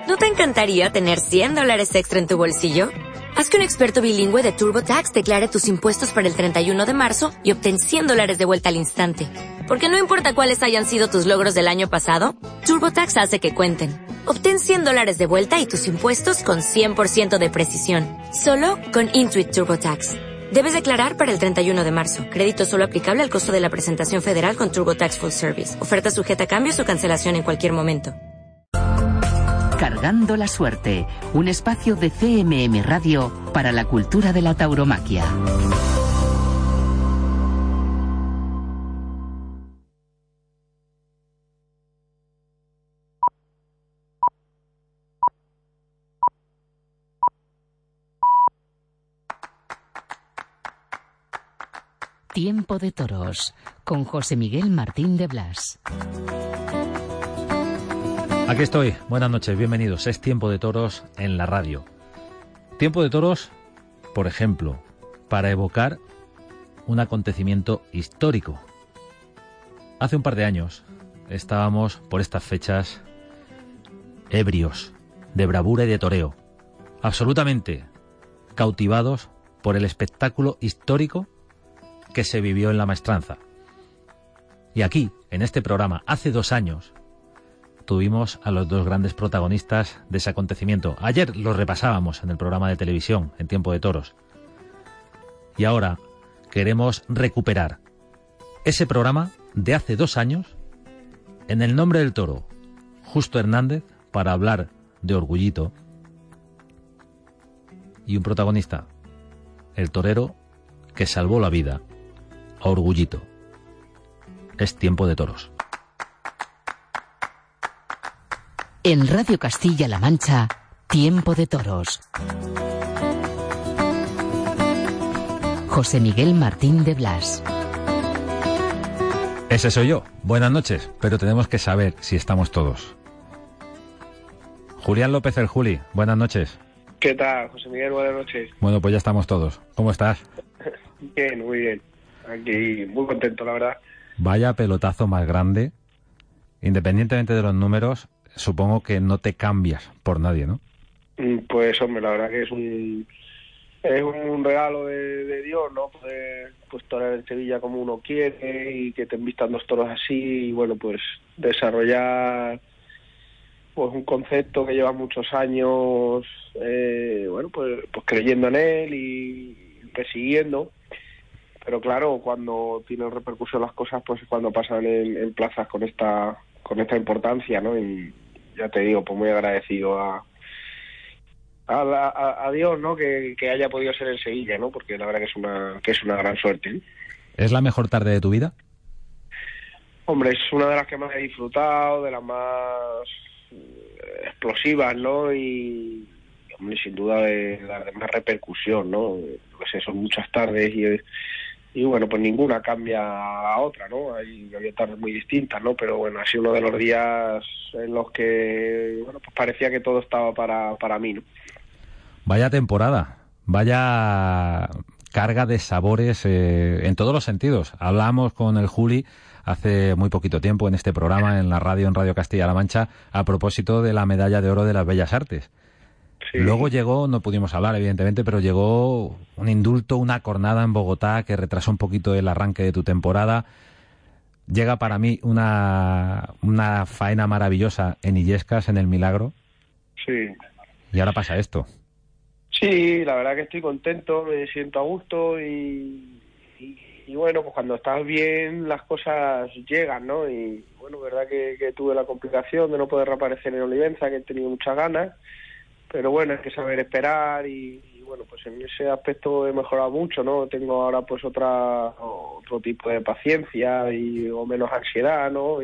¿No te encantaría tener $100 extra en tu bolsillo? Haz que un experto bilingüe de TurboTax declare tus impuestos para el 31 de marzo y obtén $100 de vuelta al instante. Porque no importa cuáles hayan sido tus logros del año pasado, TurboTax hace que cuenten. Obtén $100 de vuelta y tus impuestos con 100% de precisión. Solo con Intuit TurboTax. Debes declarar para el 31 de marzo. Crédito solo aplicable al costo de la presentación federal con TurboTax Full Service. Oferta sujeta a cambios o cancelación en cualquier momento. Cargando la suerte, un espacio de CMM Radio para la cultura de la tauromaquia. Tiempo de Toros, con José Miguel Martín de Blas. Aquí estoy, buenas noches, bienvenidos. Es Tiempo de Toros en la radio. Tiempo de Toros, por ejemplo, para evocar un acontecimiento histórico. Hace un par de años estábamos por estas fechas ebrios de bravura y de toreo, absolutamente cautivados por el espectáculo histórico que se vivió en la Maestranza. Y aquí, en este programa, hace 2 años, tuvimos a los 2 grandes protagonistas de ese acontecimiento. Ayer los repasábamos en el programa de televisión, en Tiempo de Toros. Y ahora queremos recuperar ese programa de hace 2 años, en el nombre del toro, Justo Hernández, para hablar de Orgullito. Y un protagonista, el torero que salvó la vida a Orgullito. Es Tiempo de Toros. En Radio Castilla-La Mancha, Tiempo de Toros. José Miguel Martín de Blas. Ese soy yo. Buenas noches, pero tenemos que saber si estamos todos. Julián López el Juli, buenas noches. ¿Qué tal, José Miguel? Buenas noches. Bueno, pues ya estamos todos. ¿Cómo estás? Bien, muy bien. Aquí muy contento, la verdad. Vaya pelotazo más grande. Independientemente de los números, supongo que no te cambias por nadie, ¿no? Pues hombre, la verdad que es un regalo de Dios, ¿no? Poder pues torear en Sevilla como uno quiere y que te invistan 2 toros así y bueno, pues desarrollar pues un concepto que lleva muchos años, bueno, pues creyendo en él y persiguiendo. Pero claro, cuando tienen repercusión las cosas, pues es cuando pasan en plazas con esta importancia, ¿no? Y ya te digo, pues muy agradecido a Dios, ¿no? Que haya podido ser en Sevilla, ¿no? Porque la verdad que es una gran suerte, ¿eh? ¿Es la mejor tarde de tu vida? Hombre, es una de las que más he disfrutado, de las más explosivas, ¿no? Y hombre, sin duda de las de más repercusión, ¿no? Pues son muchas tardes y bueno, pues ninguna cambia a la otra, ¿no? Había tardes muy distintas, ¿no? Pero bueno, ha sido uno de los días en los que, bueno, pues parecía que todo estaba para mí, ¿no? Vaya temporada, vaya carga de sabores en todos los sentidos. Hablamos con el Juli hace muy poquito tiempo en este programa, en la radio, en Radio Castilla-La Mancha, a propósito de la medalla de oro de las Bellas Artes. Sí. Luego llegó, no pudimos hablar evidentemente, pero llegó un indulto, una cornada en Bogotá que retrasó un poquito el arranque de tu temporada. Llega para mí una faena maravillosa en Illescas, en el Milagro. Sí. Y ahora pasa esto. Sí, la verdad que estoy contento, me siento a gusto y bueno, pues cuando estás bien las cosas llegan, ¿no? Y bueno, verdad que tuve la complicación de no poder reaparecer en Olivenza, que he tenido muchas ganas. Pero bueno, hay que saber esperar y bueno, pues en ese aspecto he mejorado mucho, ¿no? Tengo ahora pues otro tipo de paciencia o menos ansiedad, ¿no?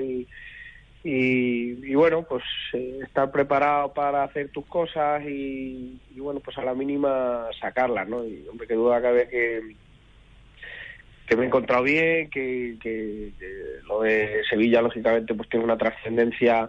Y bueno, pues estar preparado para hacer tus cosas y bueno, pues a la mínima sacarlas, ¿no? Y hombre, que duda cabe que me he encontrado bien, que lo de Sevilla lógicamente pues tiene una trascendencia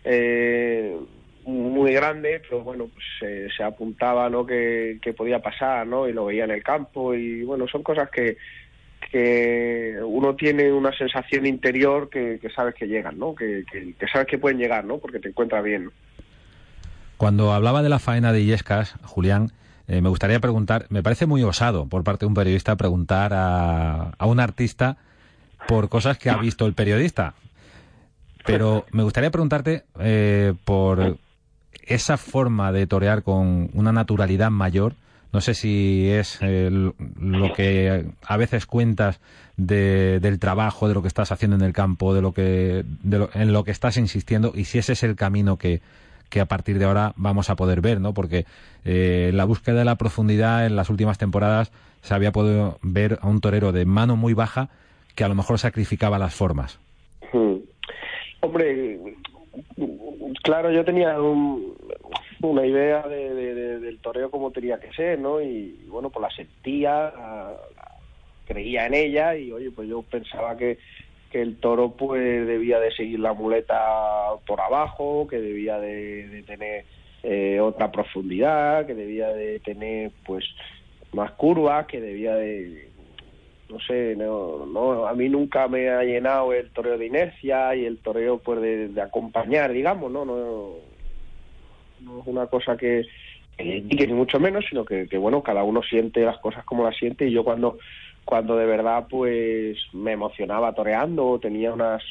muy grande, pero bueno, pues se apuntaba, ¿no? que podía pasar, ¿no? Y lo veía en el campo y bueno, son cosas que uno tiene una sensación interior que sabes que llegan, ¿no? Que sabes que pueden llegar, ¿no? Porque te encuentras bien, ¿no? Cuando hablaba de la faena de Illescas, Julián, me gustaría preguntar, me parece muy osado por parte de un periodista preguntar a un artista por cosas que ha visto el periodista. Pero me gustaría preguntarte por esa forma de torear con una naturalidad mayor. No sé si es lo que a veces cuentas del trabajo, de lo que estás haciendo en el campo, en lo que estás insistiendo, y si ese es el camino que a partir de ahora vamos a poder ver, ¿no? Porque la búsqueda de la profundidad en las últimas temporadas se había podido ver a un torero de mano muy baja que a lo mejor sacrificaba las formas. Hombre, claro, yo tenía una idea del toreo como tenía que ser, ¿no? Y bueno, pues la sentía, creía en ella y, oye, pues yo pensaba que el toro pues debía de seguir la muleta por abajo, que debía de tener otra profundidad, que debía de tener pues más curvas, que debía de... No sé, no, a mí nunca me ha llenado el toreo de inercia y el toreo pues de acompañar, digamos, no es una cosa que ni mucho menos, sino que bueno, cada uno siente las cosas como las siente, y yo cuando de verdad pues me emocionaba toreando, tenía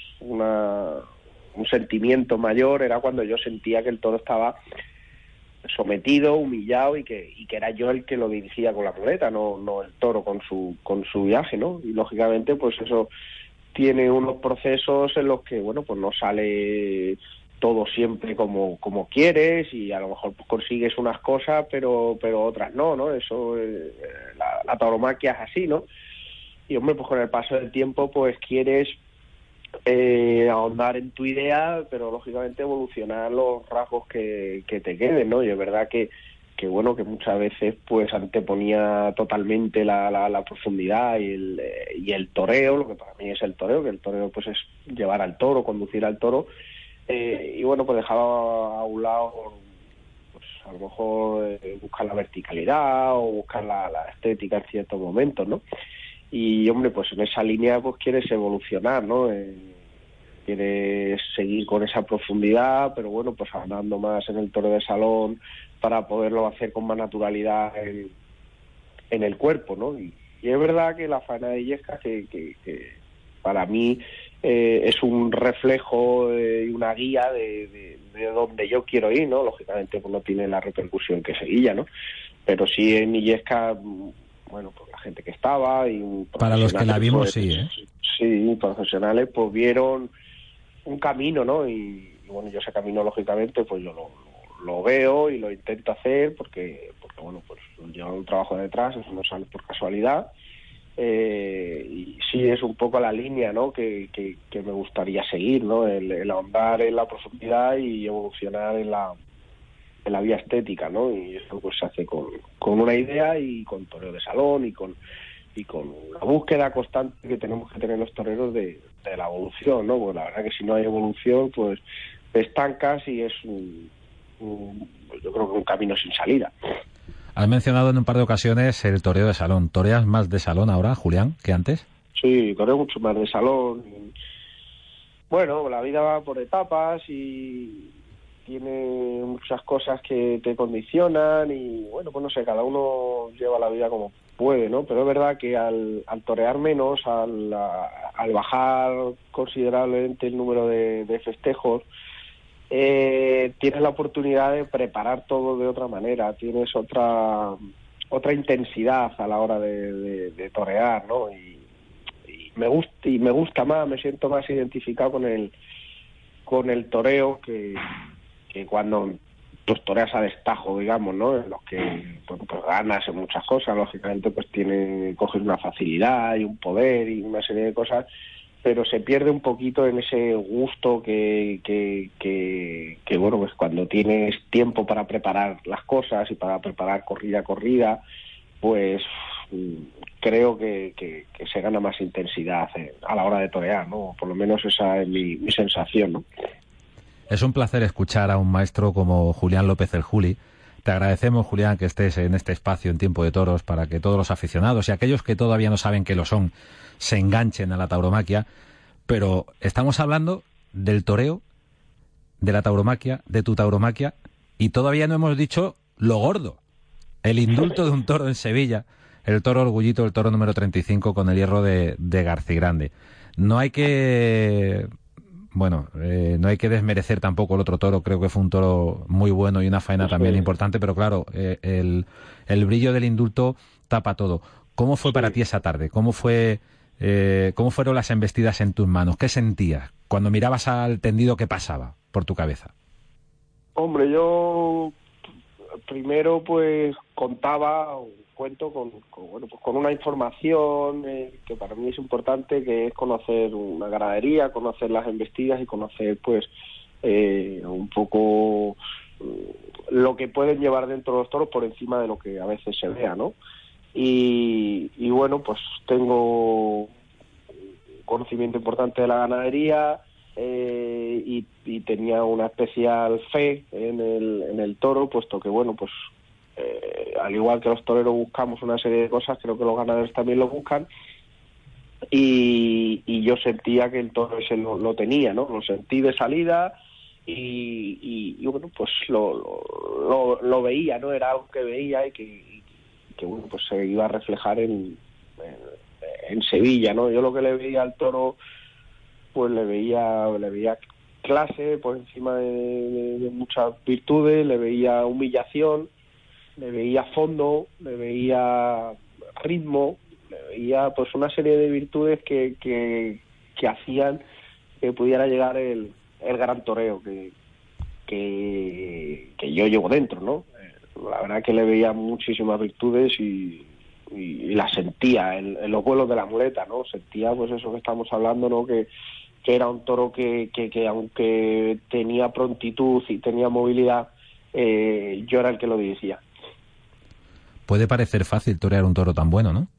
un sentimiento mayor, era cuando yo sentía que el toro estaba sometido, humillado, y que era yo el que lo dirigía con la muleta, no el toro con su viaje, ¿no? Y lógicamente pues eso tiene unos procesos en los que, bueno, pues no sale todo siempre como quieres, y a lo mejor pues consigues unas cosas pero otras no, eso la tauromaquia es así, ¿no? Y hombre, pues con el paso del tiempo pues quieres ahondar en tu idea, pero lógicamente evolucionar los rasgos que te queden, ¿no? Y es verdad que bueno, que muchas veces pues anteponía totalmente la profundidad y el toreo, lo que para mí es el toreo, que el toreo pues es llevar al toro, conducir al toro, y bueno, pues dejaba a un lado pues a lo mejor buscar la verticalidad o buscar la estética en ciertos momentos, ¿no? Y hombre, pues en esa línea pues quieres evolucionar, ¿no? Quieres seguir con esa profundidad, pero bueno, pues andando más en el toro de salón para poderlo hacer con más naturalidad en el cuerpo, ¿no? Y es verdad que la faena de Illescas, que para mí es un reflejo y una guía de donde yo quiero ir, ¿no? Lógicamente pues no tiene la repercusión que Sevilla, ¿no? Pero sí en Illescas, bueno, pues la gente que estaba y para los que la vimos, pues, sí, sí, profesionales pues vieron un camino, ¿no? Y bueno, yo ese camino lógicamente pues yo lo veo y lo intento hacer porque bueno, pues lleva un trabajo detrás, eso no sale por casualidad, y sí es un poco la línea, ¿no? que me gustaría seguir, ¿no? El ahondar en la profundidad y evolucionar en la vía estética, ¿no? Y eso pues se hace con una idea y con toreo de salón y con la búsqueda constante que tenemos que tener los toreros de la evolución, ¿no? Pues la verdad que si no hay evolución pues te estancas y es yo creo que un camino sin salida. Has mencionado en un par de ocasiones el toreo de salón. ¿Toreas más de salón ahora, Julián, que antes? Sí, toreo mucho más de salón. Bueno, la vida va por etapas y tiene muchas cosas que te condicionan y bueno, pues no sé, cada uno lleva la vida como puede, ¿no? Pero es verdad que al torear menos, al bajar considerablemente el número de festejos, tienes la oportunidad de preparar todo de otra manera, tienes otra intensidad a la hora de torear, ¿no? Y me gusta más, me siento más identificado con el toreo que cuando pues toreas a destajo, digamos, ¿no? En los que pues ganas en muchas cosas, lógicamente pues coges una facilidad y un poder y una serie de cosas, pero se pierde un poquito en ese gusto que bueno, pues cuando tienes tiempo para preparar las cosas y para preparar corrida a corrida, pues creo que se gana más intensidad a la hora de torear, ¿no? Por lo menos esa es mi sensación, ¿no? Es un placer escuchar a un maestro como Julián López el Juli. Te agradecemos, Julián, que estés en este espacio en Tiempo de Toros para que todos los aficionados y aquellos que todavía no saben que lo son se enganchen a la tauromaquia. Pero estamos hablando del toreo, de la tauromaquia, de tu tauromaquia Y todavía no hemos dicho lo gordo, el indulto de un toro en Sevilla, el toro Orgullito, el toro número 35 con el hierro de Garcigrande. No hay que... Bueno, no hay que desmerecer tampoco el otro toro, creo que fue un toro muy bueno y una faena también importante, pero claro, el brillo del indulto tapa todo. ¿Cómo fue para ti esa tarde? ¿Cómo fueron las embestidas en tus manos? ¿Qué sentías cuando mirabas al tendido? ¿Qué pasaba por tu cabeza? Hombre, yo primero pues cuento con una información que para mí es importante, que es conocer una ganadería, conocer las embestidas y conocer pues un poco lo que pueden llevar dentro de los toros por encima de lo que a veces se vea, ¿no? Y bueno, pues tengo conocimiento importante de la ganadería y tenía una especial fe en el toro, puesto que bueno, pues al igual que los toreros buscamos una serie de cosas, creo que los ganaderos también lo buscan, y yo sentía que el toro ese lo tenía, ¿no? Lo sentí de salida y bueno, pues lo veía, ¿no? Era algo que veía y que bueno, pues se iba a reflejar en Sevilla, ¿no? Yo lo que le veía al toro, pues le veía clase por encima de muchas virtudes, le veía humillación, le veía fondo, le veía ritmo, le veía pues una serie de virtudes que hacían que pudiera llegar el gran toreo que yo llevo dentro, ¿no? La verdad que le veía muchísimas virtudes y las sentía en los vuelos de la muleta, ¿no? Sentía pues eso que estamos hablando, ¿no? Que era un toro que aunque tenía prontitud y tenía movilidad, yo era el que lo dirigía. Puede parecer fácil torear un toro tan bueno, ¿no?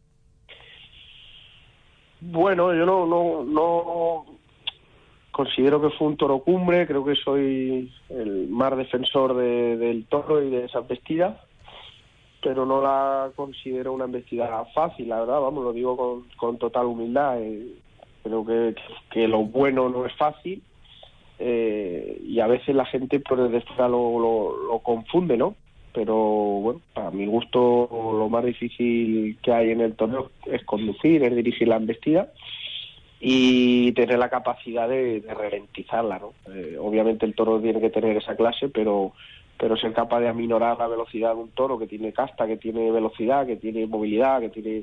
Bueno, yo no considero que fue un toro cumbre, creo que soy el más defensor del toro y de esa embestida, pero no la considero una embestida fácil, la verdad, vamos, lo digo con total humildad. Creo que lo bueno no es fácil, y a veces la gente pues desde fuera lo confunde, ¿no? Pero bueno, para mi gusto lo más difícil que hay en el torneo es conducir, es dirigir la embestida y tener la capacidad de ralentizarla, ¿no? Obviamente el toro tiene que tener esa clase, pero ser capaz de aminorar la velocidad de un toro que tiene casta, que tiene velocidad, que tiene movilidad, que tiene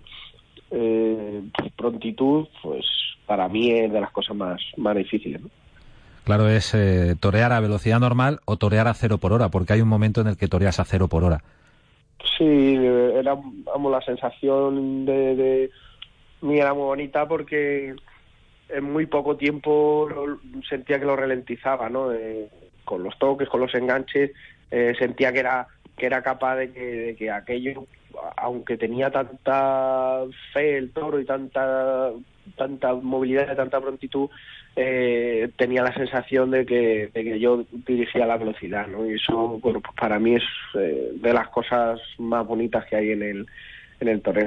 prontitud, pues para mí es de las cosas más difíciles, ¿no? Claro, es torear a velocidad normal o torear a 0 por hora, porque hay un momento en el que toreas a 0 por hora. Sí, era, vamos, la sensación de mí era muy bonita porque en muy poco tiempo sentía que lo ralentizaba, ¿no? Con los toques, con los enganches, sentía que era capaz de que aquello, aunque tenía tanta fe el toro y tanta movilidad y tanta prontitud, tenía la sensación de que yo dirigía la velocidad, ¿no? Y eso, bueno, pues para mí es de las cosas más bonitas que hay en el toreo.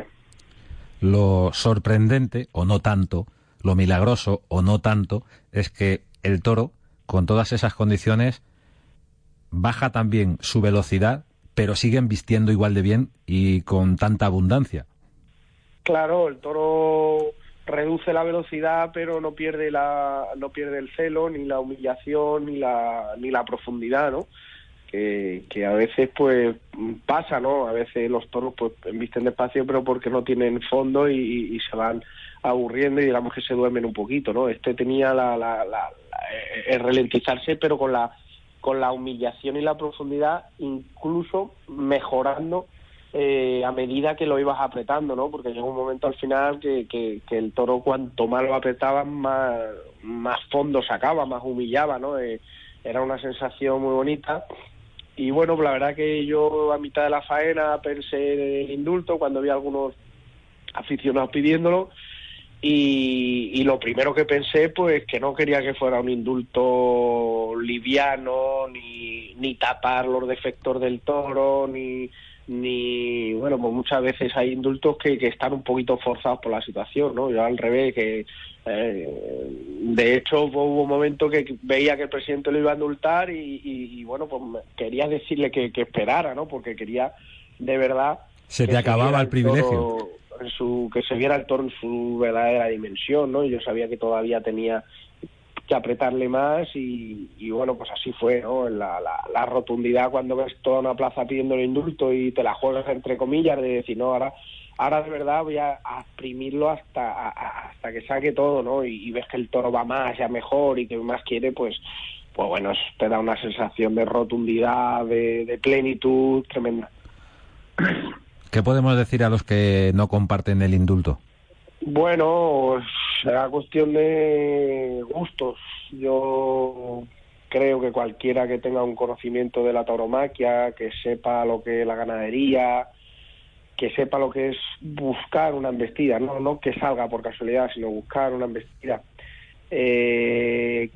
Lo sorprendente, o no tanto, lo milagroso, o no tanto, es que el toro, con todas esas condiciones, baja también su velocidad, pero sigue embistiendo igual de bien y con tanta abundancia. Claro, el toro reduce la velocidad, pero no pierde el celo, ni la humillación, ni la profundidad, ¿no? Que a veces pues pasa, ¿no? A veces los toros pues embisten despacio, pero porque no tienen fondo y se van aburriendo y digamos que se duermen un poquito, ¿no? Este tenía el ralentizarse, pero con la humillación y la profundidad, incluso mejorando a medida que lo ibas apretando, ¿no? Porque llegó un momento al final que el toro, cuanto más lo apretaban, más fondo sacaba, más humillaba, ¿no? Era una sensación muy bonita. Y bueno, la verdad que yo a mitad de la faena pensé en el indulto cuando vi a algunos aficionados pidiéndolo, y lo primero que pensé, pues que no quería que fuera un indulto liviano, ni tapar los defectos del toro, ni ni bueno, pues muchas veces hay indultos que están un poquito forzados por la situación, ¿no? Yo al revés, que de hecho hubo un momento que veía que el presidente lo iba a indultar y bueno, pues quería decirle que esperara, ¿no? Porque quería de verdad se te acababa el privilegio, que se viera el toro en su verdadera dimensión, ¿no? Y yo sabía que todavía tenía que apretarle más y bueno, pues así fue, ¿no? La rotundidad cuando ves toda una plaza pidiendo el indulto y te la juegas entre comillas de decir, no, ahora de verdad voy a exprimirlo hasta que saque todo, ¿no? Y ves que el toro va más, ya mejor y que más quiere, pues bueno, te da una sensación de rotundidad, de plenitud tremenda. ¿Qué podemos decir a los que no comparten el indulto? Bueno, será cuestión de gustos. Yo creo que cualquiera que tenga un conocimiento de la tauromaquia, que sepa lo que es la ganadería, que sepa lo que es buscar una embestida, no que salga por casualidad, sino buscar una embestida, que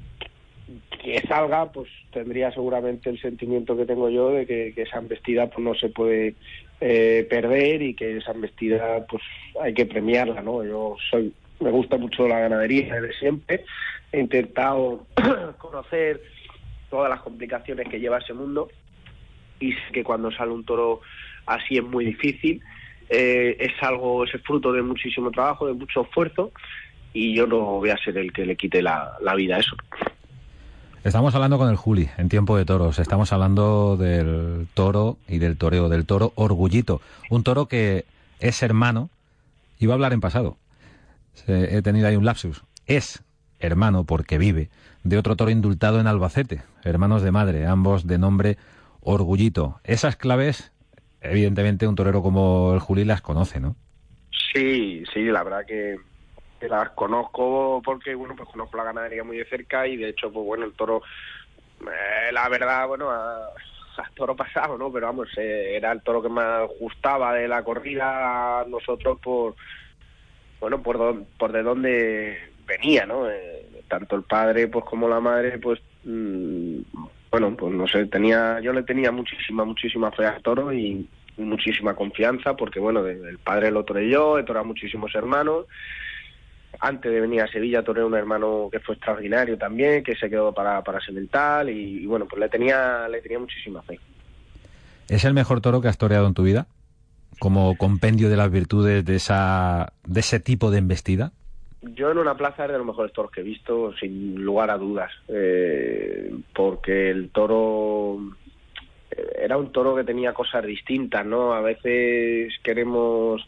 salga, pues tendría seguramente el sentimiento que tengo yo de que esa embestida pues no se puede perder y que esa embestida pues hay que premiarla, ¿no? Me gusta mucho la ganadería desde siempre, he intentado conocer todas las complicaciones que lleva ese mundo y sé que cuando sale un toro así es muy difícil, es fruto de muchísimo trabajo, de mucho esfuerzo y yo no voy a ser el que le quite la vida a eso. Estamos hablando con el Juli, en Tiempo de Toros. Estamos hablando del toro y del toreo, del toro Orgullito. Un toro que es hermano, iba a hablar en pasado, he tenido ahí un lapsus, es hermano porque vive, de otro toro indultado en Albacete, hermanos de madre, ambos de nombre Orgullito. Esas claves, evidentemente, un torero como el Juli las conoce, ¿no? Sí, la verdad que las conozco porque, bueno, pues conozco la ganadería muy de cerca y de hecho, pues bueno, el toro, la verdad, bueno, a toro pasado, ¿no? Pero vamos, era el toro que más gustaba de la corrida a nosotros por de dónde venía, ¿no? Tanto el padre, pues como la madre, pues, bueno, pues no sé, yo le tenía muchísima fe al toro y muchísima confianza porque, bueno, el padre lo toreé yo, he toreado muchísimos hermanos. Antes de venir a Sevilla toreé un hermano que fue extraordinario también, que se quedó para Semental y bueno, pues le tenía muchísima fe. ¿Es el mejor toro que has toreado en tu vida? Como compendio de las virtudes de ese tipo de embestida. Yo en una plaza es de los mejores toros que he visto, sin lugar a dudas, porque el toro era un toro que tenía cosas distintas, ¿no? A veces queremos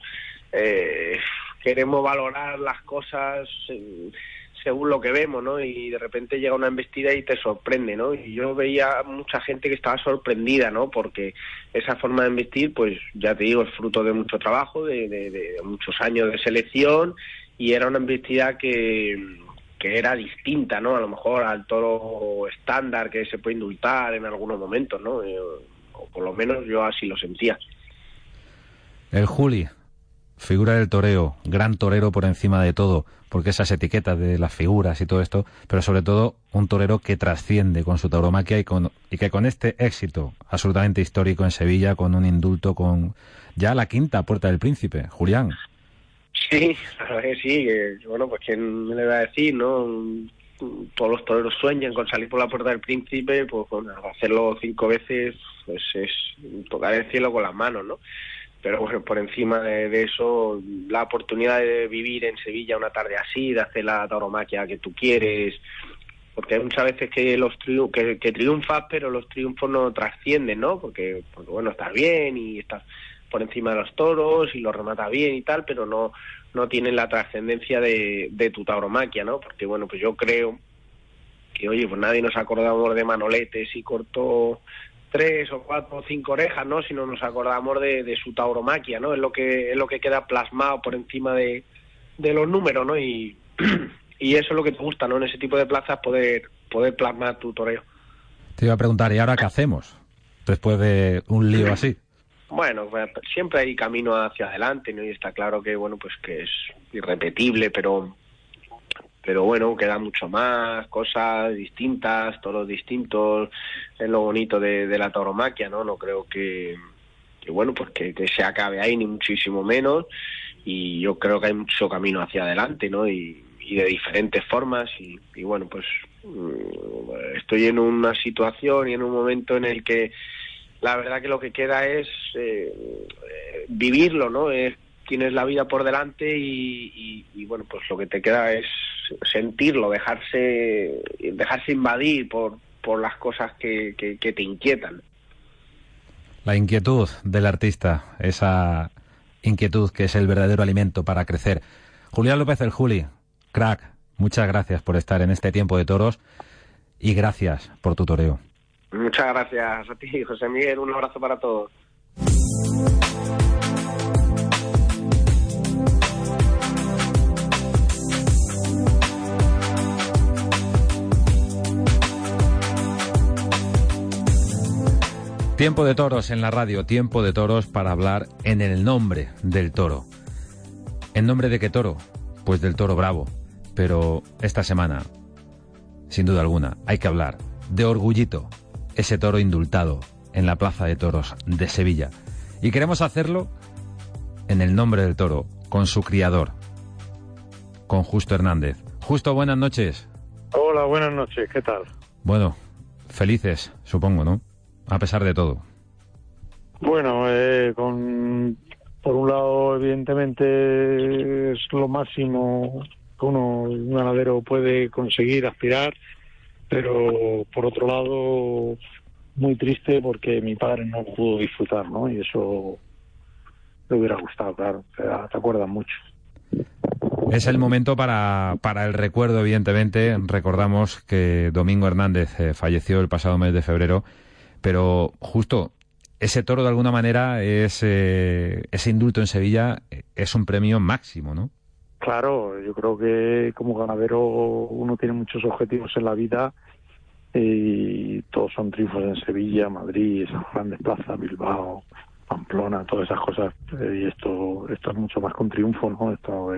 valorar las cosas según lo que vemos, ¿no? Y de repente llega una embestida y te sorprende, ¿no? Y yo veía mucha gente que estaba sorprendida, ¿no? Porque esa forma de embestir, pues ya te digo, es fruto de mucho trabajo, de muchos años de selección, y era una embestida que era distinta, ¿no? A lo mejor al toro estándar que se puede indultar en algunos momentos, ¿no? O por lo menos yo así lo sentía. El Juli, figura del toreo, gran torero por encima de todo, porque esas etiquetas de las figuras y todo esto, pero sobre todo un torero que trasciende con su tauromaquia y que con este éxito absolutamente histórico en Sevilla, con un indulto, con ya la quinta Puerta del Príncipe. Julián. Sí, la verdad que sí, bueno, pues quién le va a decir, ¿no? Todos los toreros sueñan con salir por la Puerta del Príncipe, pues bueno, hacerlo 5 veces, pues es tocar el cielo con las manos, ¿no? Pero bueno, por encima de eso, la oportunidad de vivir en Sevilla una tarde así, de hacer la tauromaquia que tú quieres, porque hay muchas veces que triunfas, pero los triunfos no trascienden, ¿no? Porque bueno, estás bien y estás por encima de los toros y los rematas bien y tal, pero no tienen la trascendencia de tu tauromaquia, ¿no? Porque bueno, pues yo creo que, oye, pues nadie nos acordamos de Manolete si cortó 3 o 4 o 5 orejas, ¿no? Sino nos acordamos de su tauromaquia, ¿no? Es lo que queda plasmado por encima de los números, ¿no? Y eso es lo que te gusta, ¿no? En ese tipo de plazas poder plasmar tu toreo. Te iba a preguntar, ¿y ahora qué hacemos después de un lío así? Bueno, pues siempre hay camino hacia adelante, ¿no? Y está claro que, bueno, pues que es irrepetible, pero bueno, queda mucho más, cosas distintas, toros distintos, es lo bonito de la tauromaquia, ¿no? No creo que bueno, pues que se acabe ahí, ni muchísimo menos, y yo creo que hay mucho camino hacia adelante, ¿no? Y de diferentes formas, y bueno, pues estoy en una situación y en un momento en el que la verdad que lo que queda es vivirlo, ¿no? Tienes la vida por delante y bueno, pues lo que te queda es sentirlo, dejarse invadir por las cosas que te inquietan. La inquietud del artista, esa inquietud que es el verdadero alimento para crecer. Julián López, el Juli, crack, muchas gracias por estar en este Tiempo de Toros y gracias por tu toreo. Muchas gracias a ti, José Miguel, un abrazo para todos. Tiempo de Toros en la radio, Tiempo de Toros para hablar en el nombre del toro. ¿En nombre de qué toro? Pues del toro bravo. Pero esta semana, sin duda alguna, hay que hablar de Orgullito, ese toro indultado en la Plaza de Toros de Sevilla. Y queremos hacerlo en el nombre del toro, con su criador, con Justo Hernández. Justo, buenas noches. Hola, buenas noches, ¿qué tal? Bueno, felices, supongo, ¿no? A pesar de todo. Bueno, por un lado, evidentemente, es lo máximo que un ganadero puede conseguir, aspirar, pero por otro lado, muy triste porque mi padre no pudo disfrutar, ¿no? Y eso le hubiera gustado, claro, te acuerdas mucho. Es el momento para el recuerdo, evidentemente. Recordamos que Domingo Hernández falleció el pasado mes de febrero, pero justo ese toro de alguna manera ese indulto en Sevilla es un premio máximo, ¿no? Claro, yo creo que como ganadero uno tiene muchos objetivos en la vida y todos son triunfos en Sevilla, Madrid, esas grandes plazas, Bilbao, Pamplona, todas esas cosas, y esto es mucho más que un triunfo, ¿no? Esto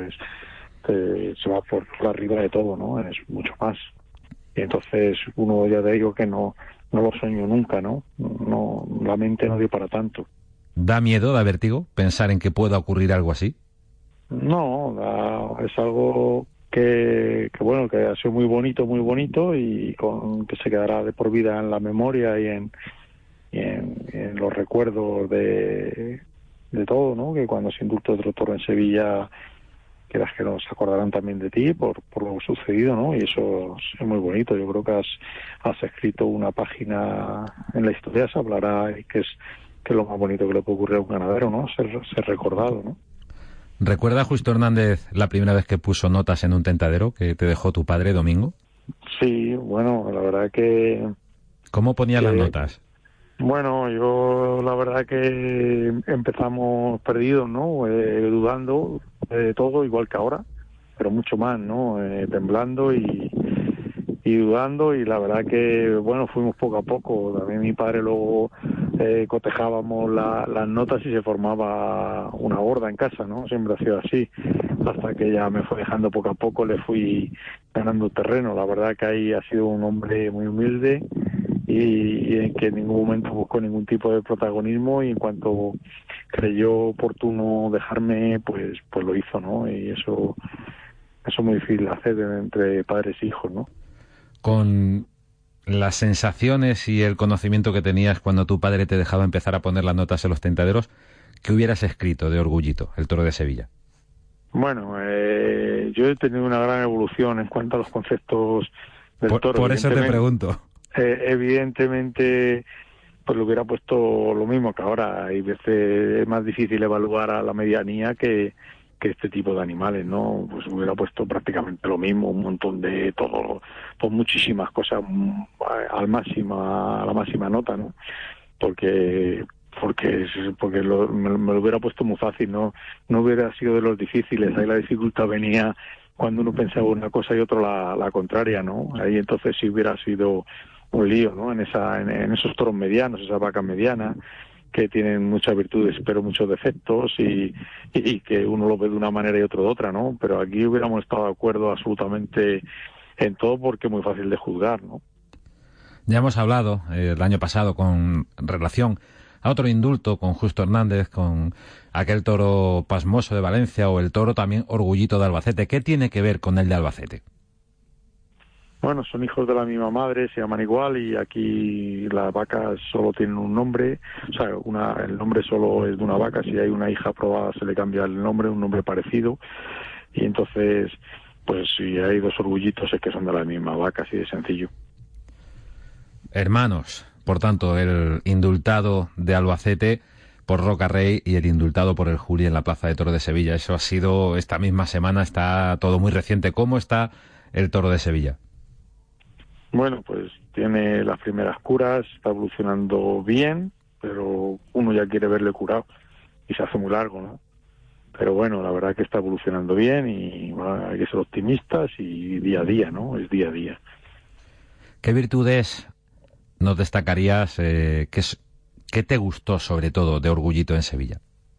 se va por arriba de todo, ¿no? Es mucho más. Y entonces uno, ya te digo que no lo soñó nunca, ¿no? No, la mente no dio para tanto. ¿Da miedo, da vértigo pensar en que pueda ocurrir algo así? No, es algo que bueno, que ha sido muy bonito y que se quedará de por vida en la memoria y en los recuerdos de todo, ¿no? Que cuando se indultó otro toro en Sevilla, quieras que nos acordarán también de ti por lo sucedido, ¿no? Y eso es muy bonito. Yo creo que has escrito una página en la historia, se hablará, que es lo más bonito que le puede ocurrir a un ganadero, ¿no? Ser recordado, ¿no? ¿Recuerda Justo Hernández la primera vez que puso notas en un tentadero que te dejó tu padre, Domingo? Sí, bueno, la verdad que... ¿Cómo ponía las notas? Bueno, yo la verdad que empezamos perdidos, ¿no? Dudando de todo, igual que ahora, pero mucho más, ¿no? Temblando y dudando, y la verdad que, bueno, fuimos poco a poco. También mi padre luego cotejábamos las notas y se formaba una gorda en casa, ¿no? Siempre ha sido así, hasta que ya me fue dejando poco a poco, le fui ganando terreno. La verdad que ahí ha sido un hombre muy humilde y en que en ningún momento buscó ningún tipo de protagonismo, y en cuanto creyó oportuno dejarme, pues lo hizo, ¿no? Y eso es muy difícil de hacer entre padres e hijos, ¿no? Con las sensaciones y el conocimiento que tenías cuando tu padre te dejaba empezar a poner las notas en los tentaderos, ¿qué hubieras escrito de Orgullito, el toro de Sevilla? Bueno, yo he tenido una gran evolución en cuanto a los conceptos del toro. Por eso te pregunto. Evidentemente, pues le hubiera puesto lo mismo que ahora. Hay veces es más difícil evaluar a la medianía que este tipo de animales, ¿no? Pues hubiera puesto prácticamente lo mismo, un montón de todo, pues muchísimas cosas a la máxima nota, ¿no? Porque me lo hubiera puesto muy fácil, no hubiera sido de los difíciles. Ahí la dificultad venía cuando uno pensaba una cosa y otro la contraria, ¿no? Ahí entonces sí hubiera sido un lío, ¿no? En esos toros medianos, esas vacas medianas, que tienen muchas virtudes pero muchos defectos, y que uno lo ve de una manera y otro de otra, ¿no? Pero aquí hubiéramos estado de acuerdo absolutamente en todo, porque es muy fácil de juzgar, ¿no? Ya hemos hablado el año pasado con relación a otro indulto con Justo Hernández, con aquel toro pasmoso de Valencia o el toro también Orgullito de Albacete. ¿Qué tiene que ver con el de Albacete? Bueno, son hijos de la misma madre, se llaman igual, y aquí las vacas solo tienen un nombre, o sea, el nombre solo es de una vaca. Si hay una hija aprobada se le cambia el nombre, un nombre parecido, y entonces, pues si hay dos orgullitos es que son de la misma vaca, así de sencillo. Hermanos, por tanto, el indultado de Albacete por Roca Rey y el indultado por el Juli en la Plaza de Toros de Sevilla. Eso ha sido esta misma semana, está todo muy reciente. ¿Cómo está el toro de Sevilla? Bueno, pues tiene las primeras curas, está evolucionando bien, pero uno ya quiere verle curado y se hace muy largo, ¿no? Pero bueno, la verdad que está evolucionando bien y bueno, hay que ser optimistas y día a día, ¿no? Es día a día. ¿Qué virtudes nos destacarías? ¿Qué te gustó sobre todo de Orgullito en Sevilla?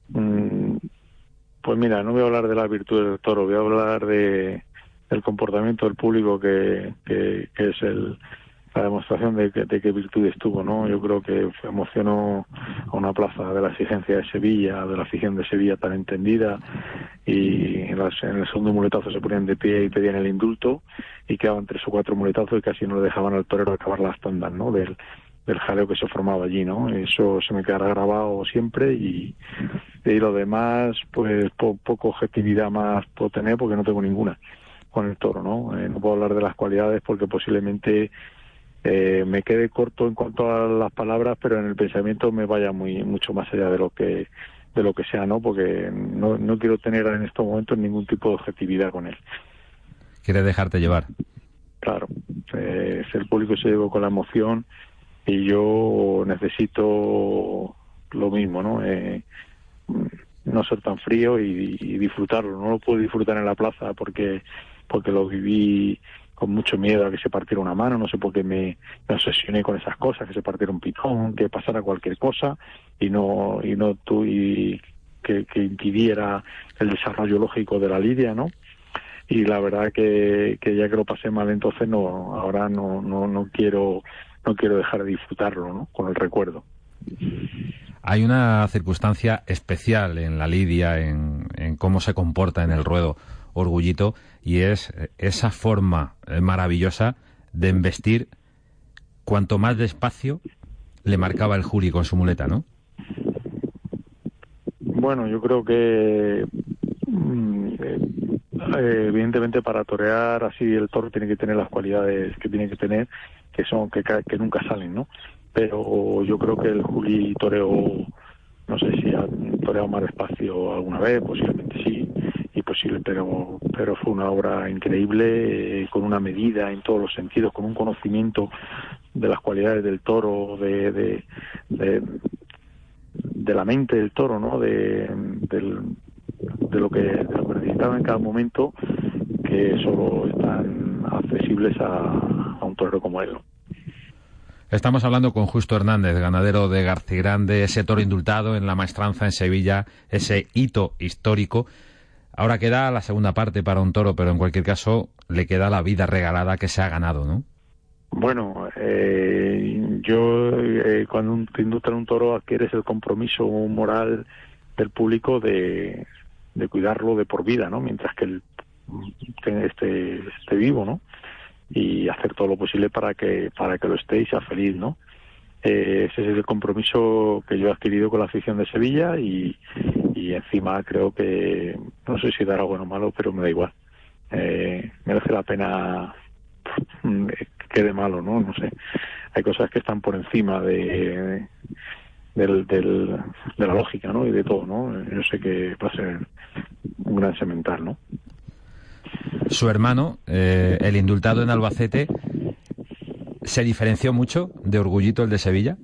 Pues mira, no voy a hablar de las virtudes del toro, voy a hablar del comportamiento del público que es la demostración de qué virtudes tuvo, ¿no? Yo creo que emocionó a una plaza de la exigencia de Sevilla, de la afición de Sevilla tan entendida, y en el segundo muletazo se ponían de pie y pedían el indulto, y quedaban 3 o 4 muletazos y casi no le dejaban al torero acabar las tandas, ¿no? Del jaleo que se formaba allí, ¿no? Eso se me quedará grabado siempre, y lo demás, pues poco objetividad más puedo tener porque no tengo ninguna con el toro, ¿no? No puedo hablar de las cualidades porque posiblemente me quede corto en cuanto a las palabras, pero en el pensamiento me vaya mucho más allá de lo que sea, ¿no? Porque no quiero tener en estos momentos ningún tipo de objetividad con él. ¿Quieres dejarte llevar? Claro, el público se llevó con la emoción y yo necesito lo mismo, ¿no? No ser tan frío y disfrutarlo. No lo puedo disfrutar en la plaza porque lo viví con mucho miedo a que se partiera una mano, no sé por qué me obsesioné con esas cosas, que se partiera un pitón, que pasara cualquier cosa que impidiera el desarrollo lógico de la lidia, ¿no? Y la verdad que ya que lo pasé mal, entonces ahora no quiero dejar de disfrutarlo, ¿no? Con el recuerdo. Hay una circunstancia especial en la lidia, en cómo se comporta en el ruedo Orgullito, y es esa forma maravillosa de embestir cuanto más despacio le marcaba el Juli con su muleta, ¿no? Bueno, yo creo que evidentemente para torear así el toro tiene que tener las cualidades que tiene que tener, que nunca salen, ¿no? Pero yo creo que el Juli toreó, no sé si ha toreado más despacio alguna vez, posiblemente sí, pero fue una obra increíble, con una medida en todos los sentidos, con un conocimiento de las cualidades del toro, de la mente del toro, ¿no? De lo que necesitaba en cada momento, que solo están accesibles a un torero como él, ¿no? Estamos hablando con Justo Hernández, ganadero de Garcigrande, ese toro indultado en la Maestranza en Sevilla, ese hito histórico. Ahora queda la segunda parte para un toro, pero en cualquier caso le queda la vida regalada que se ha ganado, ¿no? Bueno, cuando te indultan un toro adquieres el compromiso moral del público de cuidarlo de por vida, ¿no? Mientras que él esté vivo, ¿no? Y hacer todo lo posible para que lo esté y sea feliz, ¿no? Ese es el compromiso que yo he adquirido con la afición de Sevilla y encima creo que, no sé si dará bueno o malo, pero me da igual. Merece la pena que quede malo, ¿no? No sé. Hay cosas que están por encima de la lógica, ¿no? Y de todo, ¿no? Yo sé que va a ser un gran semental, ¿no? Su hermano, el indultado en Albacete, ¿se diferenció mucho de Orgullito, el de Sevilla?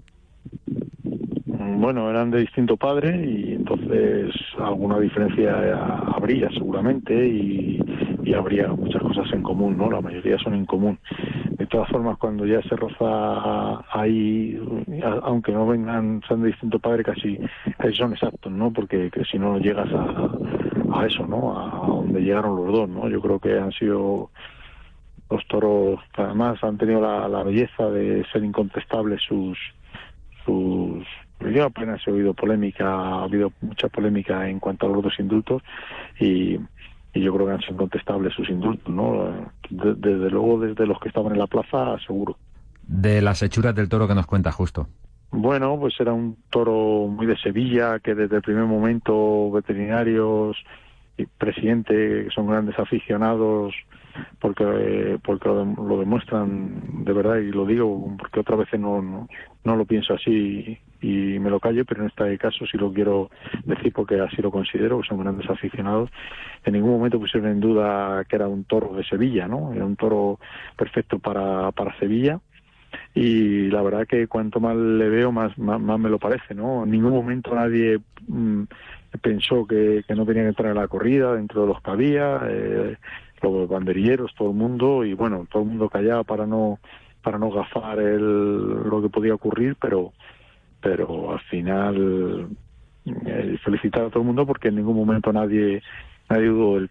Bueno, eran de distinto padre y entonces alguna diferencia habría seguramente y habría muchas cosas en común, ¿no? La mayoría son en común. De todas formas, cuando ya se roza ahí, aunque no sean de distinto padre, casi son exactos, ¿no? Porque si no llegas a eso, ¿no? A donde llegaron los dos, ¿no? Yo creo que han sido los toros que además han tenido la belleza de ser incontestables sus yo apenas he oído polémica, ha habido mucha polémica en cuanto a los 2 indultos y yo creo que han sido incontestables sus indultos, ¿no? Desde luego, desde los que estaban en la plaza, seguro. De las hechuras del toro que nos cuenta Justo. Bueno, pues era un toro muy de Sevilla, que desde el primer momento veterinarios y presidente, que son grandes aficionados, porque lo demuestran de verdad, y lo digo porque otras veces no lo pienso así y me lo callo, pero en este caso sí lo quiero decir porque así lo considero, que son grandes aficionados. En ningún momento pusieron en duda que era un toro de Sevilla, ¿no? Era un toro perfecto para Sevilla. Y la verdad que cuanto más le veo, más me lo parece, ¿no? En ningún momento nadie pensó que no tenía que entrar en la corrida dentro de los que había, los banderilleros, todo el mundo, y bueno, todo el mundo callaba para no gafar lo que podía ocurrir, pero al final felicitar a todo el mundo porque en ningún momento nadie dudó del